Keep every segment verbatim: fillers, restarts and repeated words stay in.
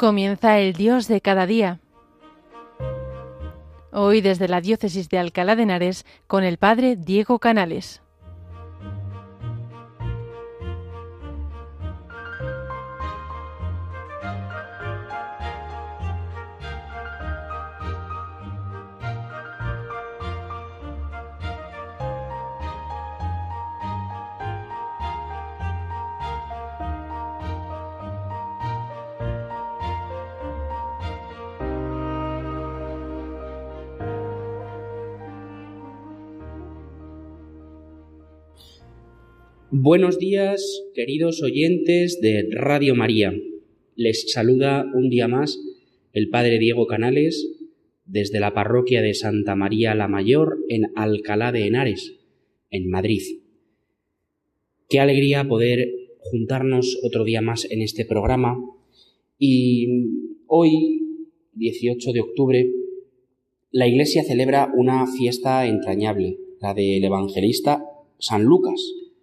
Comienza el Dios de cada día. Hoy desde la Diócesis de Alcalá de Henares con el Padre Diego Canales. Buenos días, queridos oyentes de Radio María. Les saluda un día más el Padre Diego Canales desde la parroquia de Santa María la Mayor en Alcalá de Henares, en Madrid. Qué alegría poder juntarnos otro día más en este programa. Y hoy, dieciocho de octubre, la Iglesia celebra una fiesta entrañable, la del evangelista San Lucas.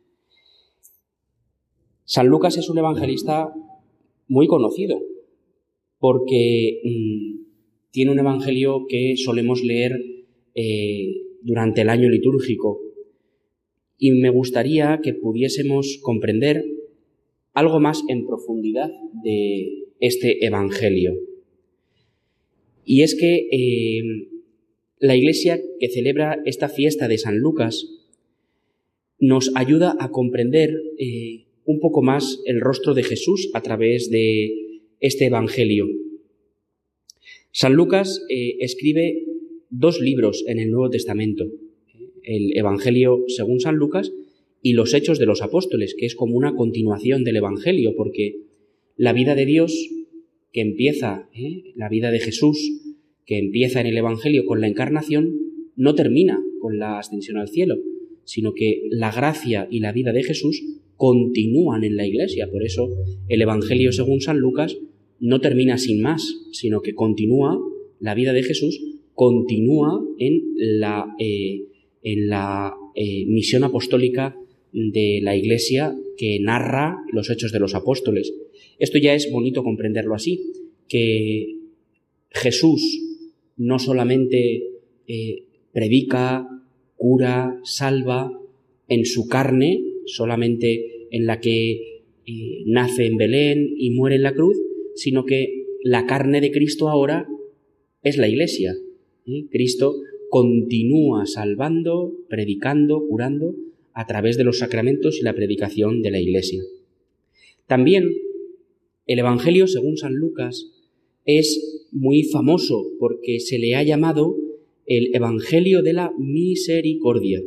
San Lucas es un evangelista muy conocido porque mmm, tiene un evangelio que solemos leer eh, durante el año litúrgico y me gustaría que pudiésemos comprender algo más en profundidad de este evangelio. Y es que eh, la Iglesia que celebra esta fiesta de San Lucas nos ayuda a comprender eh, un poco más el rostro de Jesús a través de este evangelio. San Lucas eh, escribe dos libros en el Nuevo Testamento, el Evangelio según San Lucas y los Hechos de los Apóstoles, que es como una continuación del evangelio, porque la vida de Dios que empieza, eh, la vida de Jesús que empieza en el evangelio con la encarnación, no termina con la ascensión al cielo, sino que la gracia y la vida de Jesús continúan en la Iglesia. Por eso el Evangelio según San Lucas no termina sin más, sino que continúa, la vida de Jesús continúa en la, eh, en la eh, misión apostólica de la Iglesia que narra los Hechos de los Apóstoles. Esto ya es bonito comprenderlo así, que Jesús no solamente eh, predica, cura, salva en su carne, solamente en la que eh, nace en Belén y muere en la cruz, sino que la carne de Cristo ahora es la Iglesia. ¿eh? Cristo continúa salvando, predicando, curando a través de los sacramentos y la predicación de la Iglesia. También el Evangelio según San Lucas es muy famoso porque se le ha llamado el Evangelio de la Misericordia.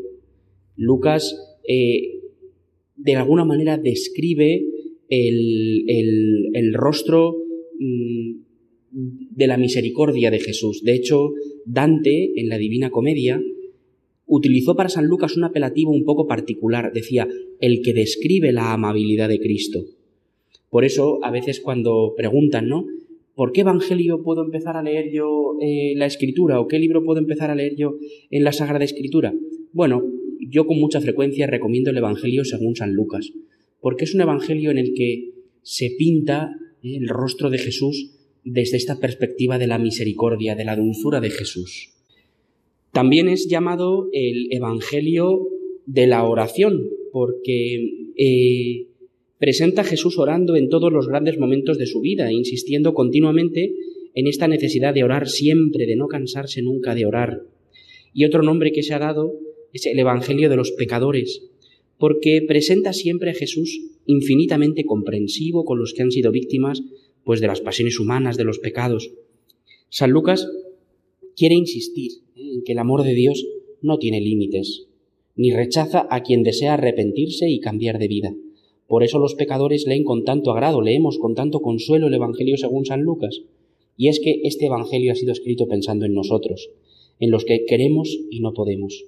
Lucas eh, de alguna manera describe el, el, el rostro mmm, de la misericordia de Jesús. De hecho, Dante, en la Divina Comedia, utilizó para San Lucas un apelativo un poco particular. Decía, el que describe la amabilidad de Cristo. Por eso, a veces cuando preguntan, ¿no?, ¿por qué evangelio puedo empezar a leer yo eh, la Escritura? ¿O qué libro puedo empezar a leer yo en la Sagrada Escritura? Bueno, yo con mucha frecuencia recomiendo el Evangelio según San Lucas, porque es un evangelio en el que se pinta eh, el rostro de Jesús desde esta perspectiva de la misericordia, de la dulzura de Jesús. También es llamado el Evangelio de la oración, porque eh, presenta a Jesús orando en todos los grandes momentos de su vida, insistiendo continuamente en esta necesidad de orar siempre, de no cansarse nunca de orar. Y otro nombre que se ha dado es el Evangelio de los pecadores, porque presenta siempre a Jesús infinitamente comprensivo con los que han sido víctimas pues, de las pasiones humanas, de los pecados. San Lucas quiere insistir en que el amor de Dios no tiene límites, ni rechaza a quien desea arrepentirse y cambiar de vida. Por eso los pecadores leen con tanto agrado, leemos con tanto consuelo el Evangelio según San Lucas. Y es que este Evangelio ha sido escrito pensando en nosotros, en los que queremos y no podemos.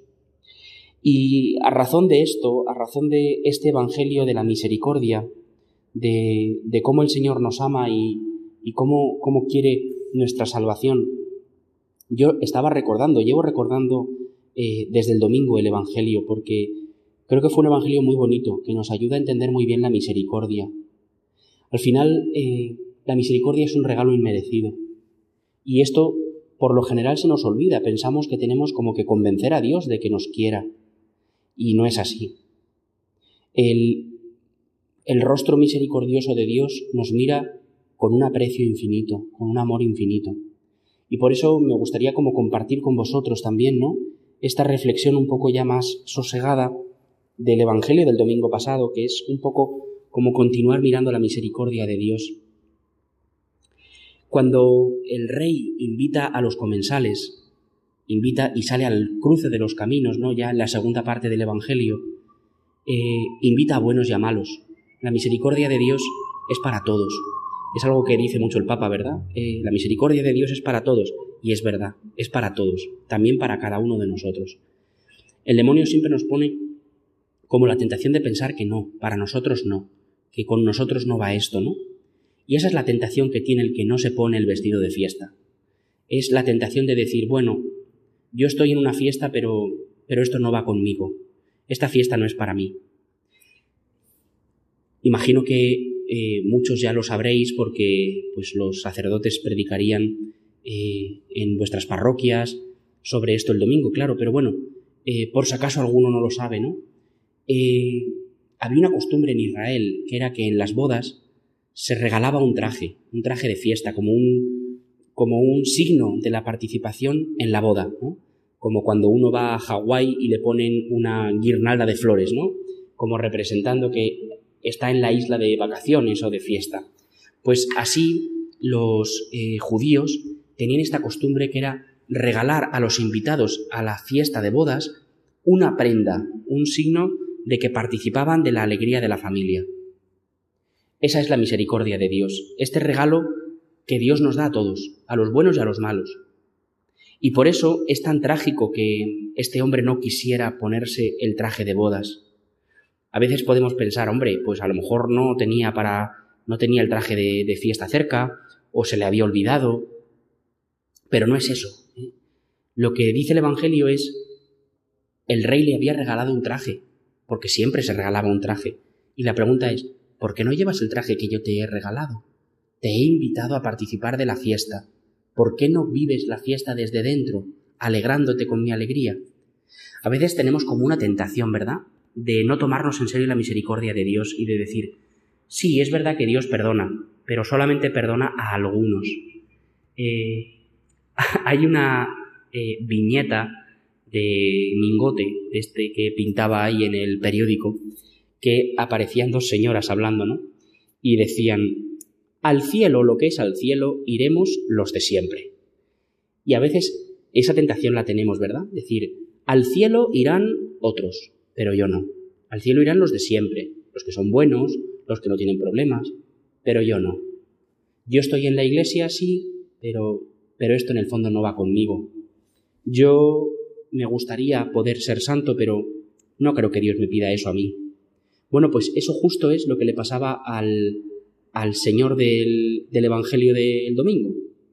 Y a razón de esto, a razón de este Evangelio de la misericordia, de, de cómo el Señor nos ama y, y cómo, cómo quiere nuestra salvación, yo estaba recordando, llevo recordando eh, desde el domingo el Evangelio, porque creo que fue un Evangelio muy bonito, que nos ayuda a entender muy bien la misericordia. Al final, eh, La misericordia es un regalo inmerecido. Y esto, por lo general, se nos olvida. Pensamos que tenemos como que convencer a Dios de que nos quiera. Y no es así. El, el rostro misericordioso de Dios nos mira con un aprecio infinito, con un amor infinito. Y por eso me gustaría como compartir con vosotros también, ¿no?, esta reflexión un poco ya más sosegada del Evangelio del domingo pasado, que es un poco como continuar mirando la misericordia de Dios. Cuando el rey invita a los comensales, invita y sale al cruce de los caminos, ¿no?, ya en la segunda parte del Evangelio, eh, invita a buenos y a malos. La misericordia de Dios es para todos. Es algo que dice mucho el Papa, ¿verdad? Eh, la misericordia de Dios es para todos. Y es verdad, es para todos, también para cada uno de nosotros. El demonio siempre nos pone como la tentación de pensar que no, para nosotros no, que con nosotros no va esto, ¿no? Y esa es la tentación que tiene el que no se pone el vestido de fiesta. Es la tentación de decir, bueno, yo estoy en una fiesta, pero, pero esto no va conmigo. Esta fiesta no es para mí. Imagino que eh, muchos ya lo sabréis porque pues, los sacerdotes predicarían eh, en vuestras parroquias sobre esto el domingo, claro, pero bueno, eh, por si acaso alguno no lo sabe, ¿no? Eh, había una costumbre en Israel que era que en las bodas se regalaba un traje, un traje de fiesta, como un, como un signo de la participación en la boda, ¿no? Como cuando uno va a Hawái y le ponen una guirnalda de flores, ¿no? Como representando que está en la isla de vacaciones o de fiesta. Pues así los eh, judíos tenían esta costumbre que era regalar a los invitados a la fiesta de bodas una prenda, un signo de que participaban de la alegría de la familia. Esa es la misericordia de Dios, este regalo que Dios nos da a todos, a los buenos y a los malos. Y por eso es tan trágico que este hombre no quisiera ponerse el traje de bodas. A veces podemos pensar, hombre, pues a lo mejor no tenía para, no tenía el traje de, de fiesta cerca, o se le había olvidado, pero no es eso. Lo que dice el Evangelio es, el rey le había regalado un traje, porque siempre se regalaba un traje. Y la pregunta es, ¿por qué no llevas el traje que yo te he regalado? Te he invitado a participar de la fiesta. ¿Por qué no vives la fiesta desde dentro, alegrándote con mi alegría? A veces tenemos como una tentación, ¿verdad?, de no tomarnos en serio la misericordia de Dios y de decir, sí, es verdad que Dios perdona, pero solamente perdona a algunos. Eh, hay una eh, viñeta de Mingote, este que pintaba ahí en el periódico, que aparecían dos señoras hablando, ¿no? Y decían, al cielo, lo que es al cielo, iremos los de siempre. Y a veces esa tentación la tenemos, ¿verdad? Decir, al cielo irán otros, pero yo no. Al cielo irán los de siempre, los que son buenos, los que no tienen problemas, pero yo no. Yo estoy en la iglesia, sí, pero, pero esto en el fondo no va conmigo. Yo me gustaría poder ser santo, pero no creo que Dios me pida eso a mí. Bueno, pues eso justo es lo que le pasaba al, al Señor del, del Evangelio del domingo.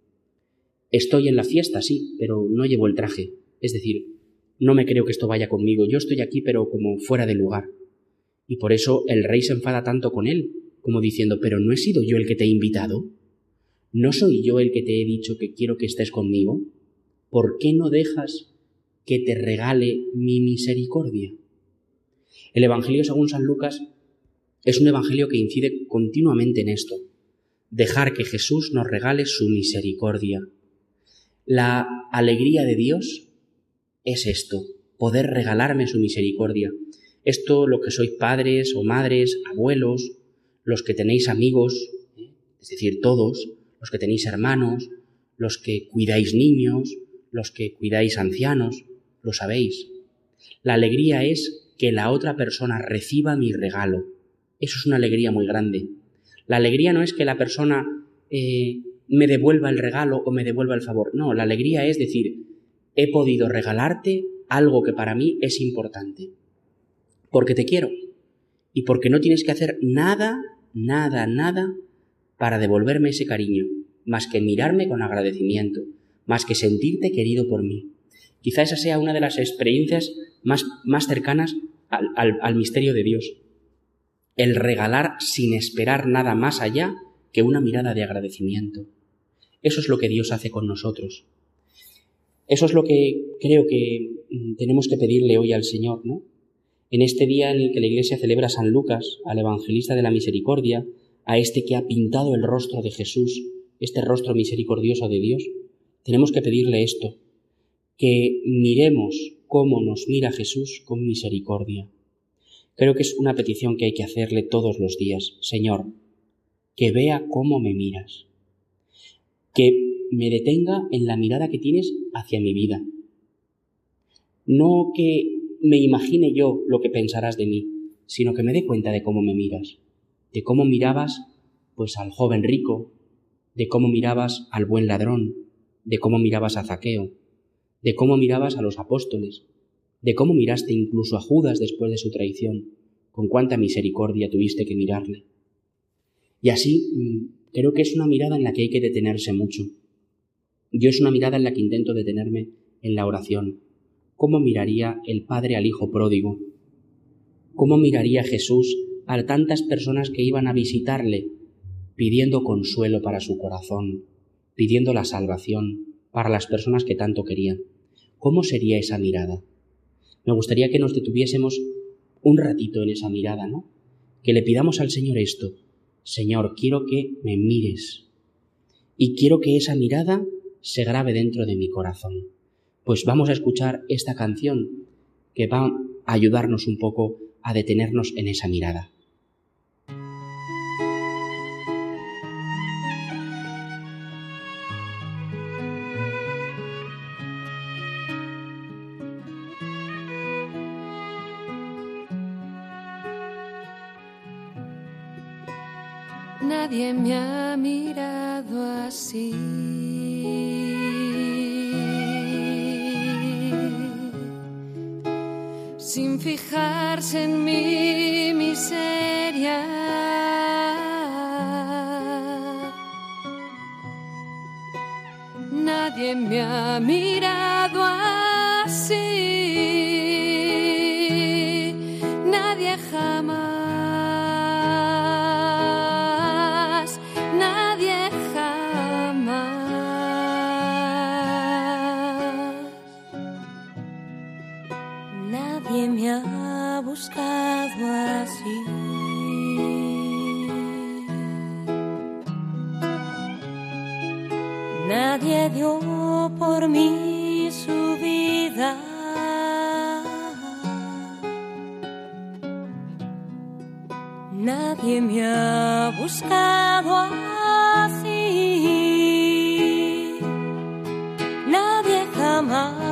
Estoy en la fiesta, sí, pero no llevo el traje. Es decir, no me creo que esto vaya conmigo. Yo estoy aquí, pero como fuera de lugar. Y por eso el rey se enfada tanto con él, como diciendo, ¿pero no he sido yo el que te he invitado? ¿No soy yo el que te he dicho que quiero que estés conmigo? ¿Por qué no dejas que te regale mi misericordia? El Evangelio según San Lucas es un evangelio que incide continuamente en esto. Dejar que Jesús nos regale su misericordia. La alegría de Dios es esto, poder regalarme su misericordia. Esto, lo que sois padres o madres, abuelos, los que tenéis amigos, es decir, todos, los que tenéis hermanos, los que cuidáis niños, los que cuidáis ancianos, lo sabéis. La alegría es que la otra persona reciba mi regalo. Eso es una alegría muy grande. La alegría no es que la persona eh, me devuelva el regalo o me devuelva el favor. No, la alegría es decir, he podido regalarte algo que para mí es importante. Porque te quiero. Y porque no tienes que hacer nada, nada, nada para devolverme ese cariño, más que mirarme con agradecimiento, más que sentirte querido por mí. Quizá esa sea una de las experiencias más, más cercanas al, al, al misterio de Dios. El regalar sin esperar nada más allá que una mirada de agradecimiento. Eso es lo que Dios hace con nosotros. Eso es lo que creo que tenemos que pedirle hoy al Señor, ¿no? En este día en el que la Iglesia celebra a San Lucas, al evangelista de la misericordia, a este que ha pintado el rostro de Jesús, este rostro misericordioso de Dios, tenemos que pedirle esto, que miremos cómo nos mira Jesús con misericordia. Creo que es una petición que hay que hacerle todos los días. Señor, que vea cómo me miras, que me detenga en la mirada que tienes hacia mi vida. No que me imagine yo lo que pensarás de mí, sino que me dé cuenta de cómo me miras, de cómo mirabas pues al joven rico, de cómo mirabas al buen ladrón, de cómo mirabas a Zaqueo, de cómo mirabas a los apóstoles, de cómo miraste incluso a Judas después de su traición, con cuánta misericordia tuviste que mirarle. Y así creo que es una mirada en la que hay que detenerse mucho. Yo es una mirada en la que intento detenerme en la oración. ¿Cómo miraría el Padre al Hijo pródigo? ¿Cómo miraría Jesús a tantas personas que iban a visitarle, pidiendo consuelo para su corazón, pidiendo la salvación para las personas que tanto querían? ¿Cómo sería esa mirada? Me gustaría que nos detuviésemos un ratito en esa mirada, ¿no? Que le pidamos al Señor esto. Señor, quiero que me mires y quiero que esa mirada se grabe dentro de mi corazón. Pues vamos a escuchar esta canción que va a ayudarnos un poco a detenernos en esa mirada. Nadie me ha mirado así. Sin fijarse en mi miseria. Nadie me ha mirado así. Nadie jamás. Nadie me ha buscado así. Nadie dio por mí su vida. Nadie me ha buscado así. Nadie jamás.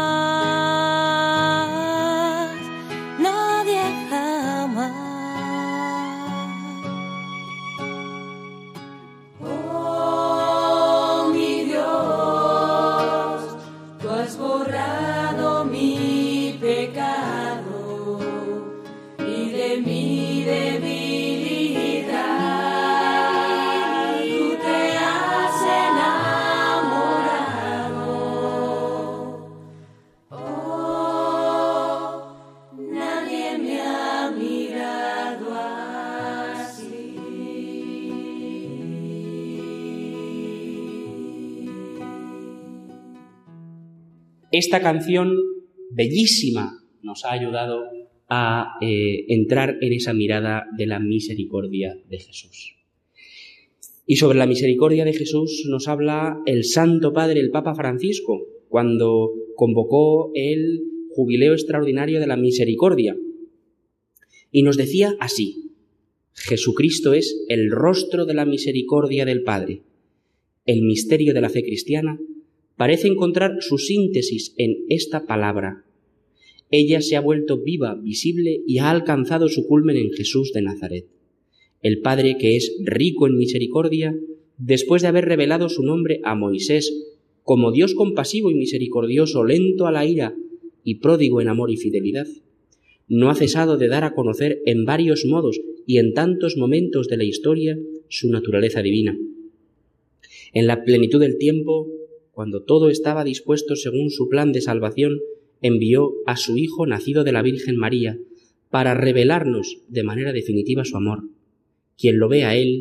Esta canción bellísima nos ha ayudado a eh, entrar en esa mirada de la misericordia de Jesús. Y sobre la misericordia de Jesús nos habla el Santo Padre, el Papa Francisco, cuando convocó el Jubileo Extraordinario de la Misericordia. Y nos decía así: Jesucristo es el rostro de la misericordia del Padre. El misterio de la fe cristiana parece encontrar su síntesis en esta palabra. Ella se ha vuelto viva, visible y ha alcanzado su culmen en Jesús de Nazaret. El Padre, que es rico en misericordia, después de haber revelado su nombre a Moisés como Dios compasivo y misericordioso, lento a la ira y pródigo en amor y fidelidad, no ha cesado de dar a conocer en varios modos y en tantos momentos de la historia su naturaleza divina. En la plenitud del tiempo, cuando todo estaba dispuesto según su plan de salvación, envió a su Hijo nacido de la Virgen María para revelarnos de manera definitiva su amor. Quien lo ve a Él,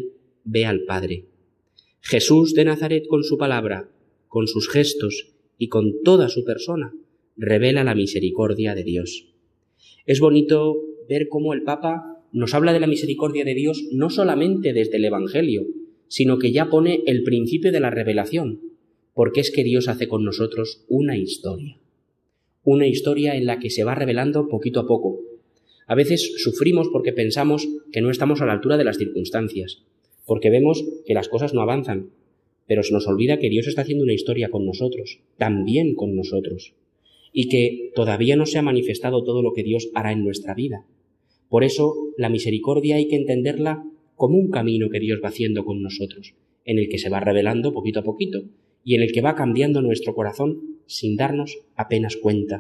ve al Padre. Jesús de Nazaret, con su palabra, con sus gestos y con toda su persona, revela la misericordia de Dios. Es bonito ver cómo el Papa nos habla de la misericordia de Dios no solamente desde el Evangelio, sino que ya pone el principio de la revelación, porque es que Dios hace con nosotros una historia. Una historia en la que se va revelando poquito a poco. A veces sufrimos porque pensamos que no estamos a la altura de las circunstancias, porque vemos que las cosas no avanzan, pero se nos olvida que Dios está haciendo una historia con nosotros, también con nosotros, y que todavía no se ha manifestado todo lo que Dios hará en nuestra vida. Por eso, la misericordia hay que entenderla como un camino que Dios va haciendo con nosotros, en el que se va revelando poquito a poquito, y en el que va cambiando nuestro corazón sin darnos apenas cuenta.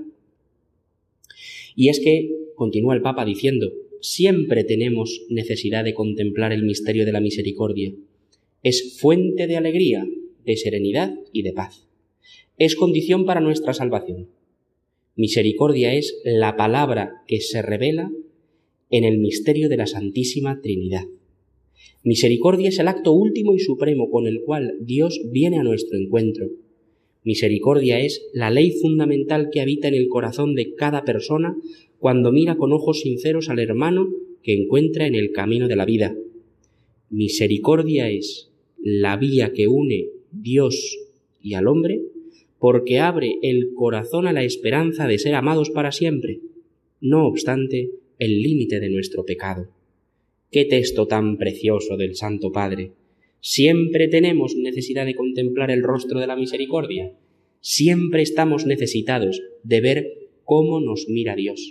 Y es que, continúa el Papa diciendo, siempre tenemos necesidad de contemplar el misterio de la misericordia. Es fuente de alegría, de serenidad y de paz. Es condición para nuestra salvación. Misericordia es la palabra que se revela en el misterio de la Santísima Trinidad. Misericordia es el acto último y supremo con el cual Dios viene a nuestro encuentro. Misericordia es la ley fundamental que habita en el corazón de cada persona cuando mira con ojos sinceros al hermano que encuentra en el camino de la vida. Misericordia es la vía que une Dios y al hombre, porque abre el corazón a la esperanza de ser amados para siempre, no obstante el límite de nuestro pecado. ¡Qué texto tan precioso del Santo Padre! Siempre tenemos necesidad de contemplar el rostro de la misericordia. Siempre estamos necesitados de ver cómo nos mira Dios.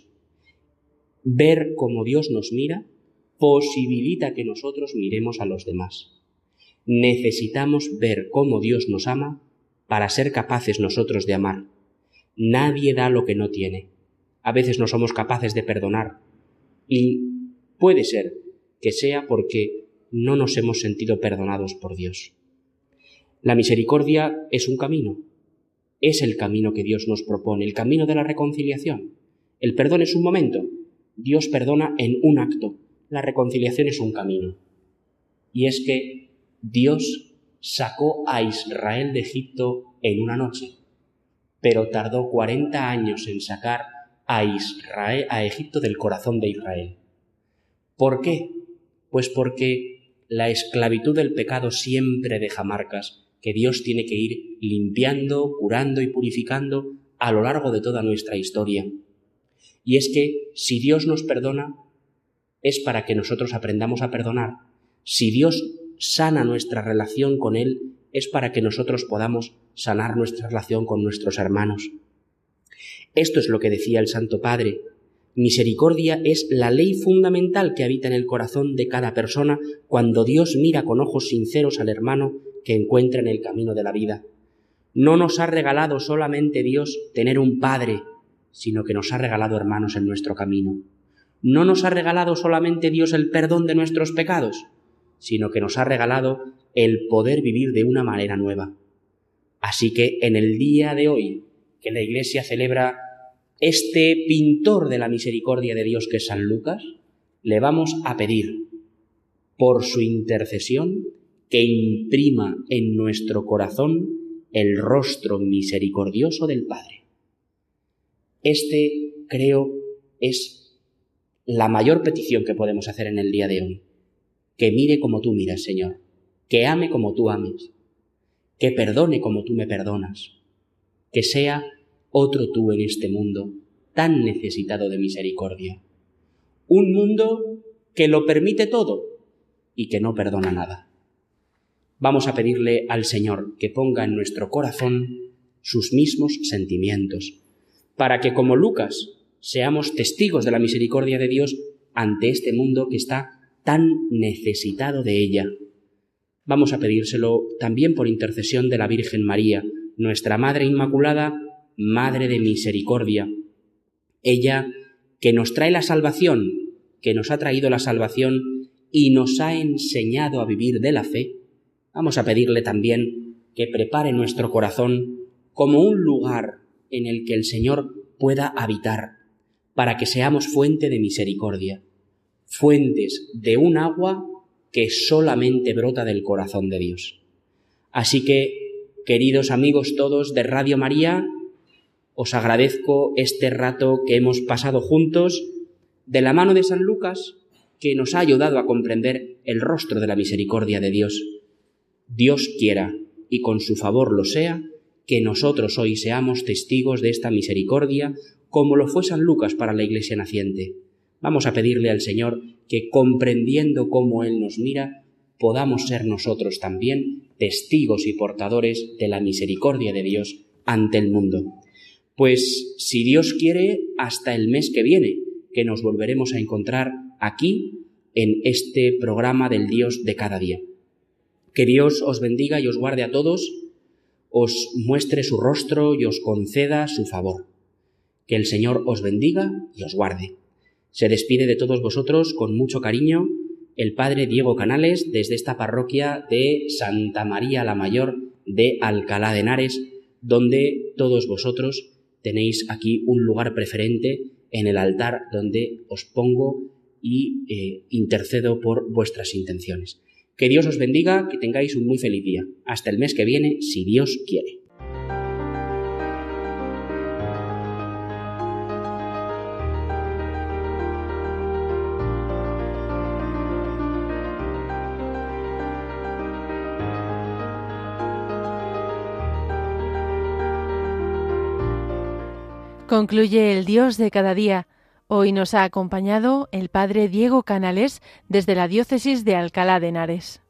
Ver cómo Dios nos mira posibilita que nosotros miremos a los demás. Necesitamos ver cómo Dios nos ama para ser capaces nosotros de amar. Nadie da lo que no tiene. A veces no somos capaces de perdonar y puede ser que sea porque no nos hemos sentido perdonados por Dios. La misericordia es un camino, es el camino que Dios nos propone, el camino de la reconciliación. El perdón es un momento, Dios perdona en un acto, la reconciliación es un camino. Y es que Dios sacó a Israel de Egipto en una noche, pero tardó cuarenta años en sacar a Israel, a Egipto del corazón de Israel. ¿Por qué? Pues porque la esclavitud del pecado siempre deja marcas que Dios tiene que ir limpiando, curando y purificando a lo largo de toda nuestra historia. Y es que si Dios nos perdona, es para que nosotros aprendamos a perdonar. Si Dios sana nuestra relación con Él, es para que nosotros podamos sanar nuestra relación con nuestros hermanos. Esto es lo que decía el Santo Padre. Misericordia es la ley fundamental que habita en el corazón de cada persona cuando Dios mira con ojos sinceros al hermano que encuentra en el camino de la vida. No nos ha regalado solamente Dios tener un Padre, sino que nos ha regalado hermanos en nuestro camino. No nos ha regalado solamente Dios el perdón de nuestros pecados, sino que nos ha regalado el poder vivir de una manera nueva. Así que en el día de hoy, que la Iglesia celebra este pintor de la misericordia de Dios que es San Lucas, le vamos a pedir, por su intercesión, que imprima en nuestro corazón el rostro misericordioso del Padre. Este, creo, es la mayor petición que podemos hacer en el día de hoy. Que mire como tú miras, Señor, que ame como tú ames, que perdone como tú me perdonas, que sea otro tú en este mundo tan necesitado de misericordia. Un mundo que lo permite todo y que no perdona nada. Vamos a pedirle al Señor que ponga en nuestro corazón sus mismos sentimientos, para que como Lucas seamos testigos de la misericordia de Dios ante este mundo que está tan necesitado de ella. Vamos a pedírselo también por intercesión de la Virgen María, nuestra Madre Inmaculada, Madre de Misericordia. Ella que nos trae la salvación, que nos ha traído la salvación y nos ha enseñado a vivir de la fe. Vamos a pedirle también que prepare nuestro corazón como un lugar en el que el Señor pueda habitar, para que seamos fuente de misericordia, fuentes de un agua que solamente brota del corazón de Dios. Así que, queridos amigos todos de Radio María, os agradezco este rato que hemos pasado juntos de la mano de San Lucas, que nos ha ayudado a comprender el rostro de la misericordia de Dios. Dios quiera, y con su favor lo sea, que nosotros hoy seamos testigos de esta misericordia, como lo fue San Lucas para la Iglesia naciente. Vamos a pedirle al Señor que, comprendiendo cómo Él nos mira, podamos ser nosotros también testigos y portadores de la misericordia de Dios ante el mundo. Pues, si Dios quiere, hasta el mes que viene, que nos volveremos a encontrar aquí, en este programa del Dios de cada día. Que Dios os bendiga y os guarde a todos, os muestre su rostro y os conceda su favor. Que el Señor os bendiga y os guarde. Se despide de todos vosotros con mucho cariño el Padre Diego Canales desde esta parroquia de Santa María la Mayor de Alcalá de Henares, donde todos vosotros tenéis aquí un lugar preferente en el altar donde os pongo y eh, intercedo por vuestras intenciones. Que Dios os bendiga, que tengáis un muy feliz día. Hasta el mes que viene, si Dios quiere. Concluye el Dios de cada día. Hoy nos ha acompañado el Padre Diego Canales desde la Diócesis de Alcalá de Henares.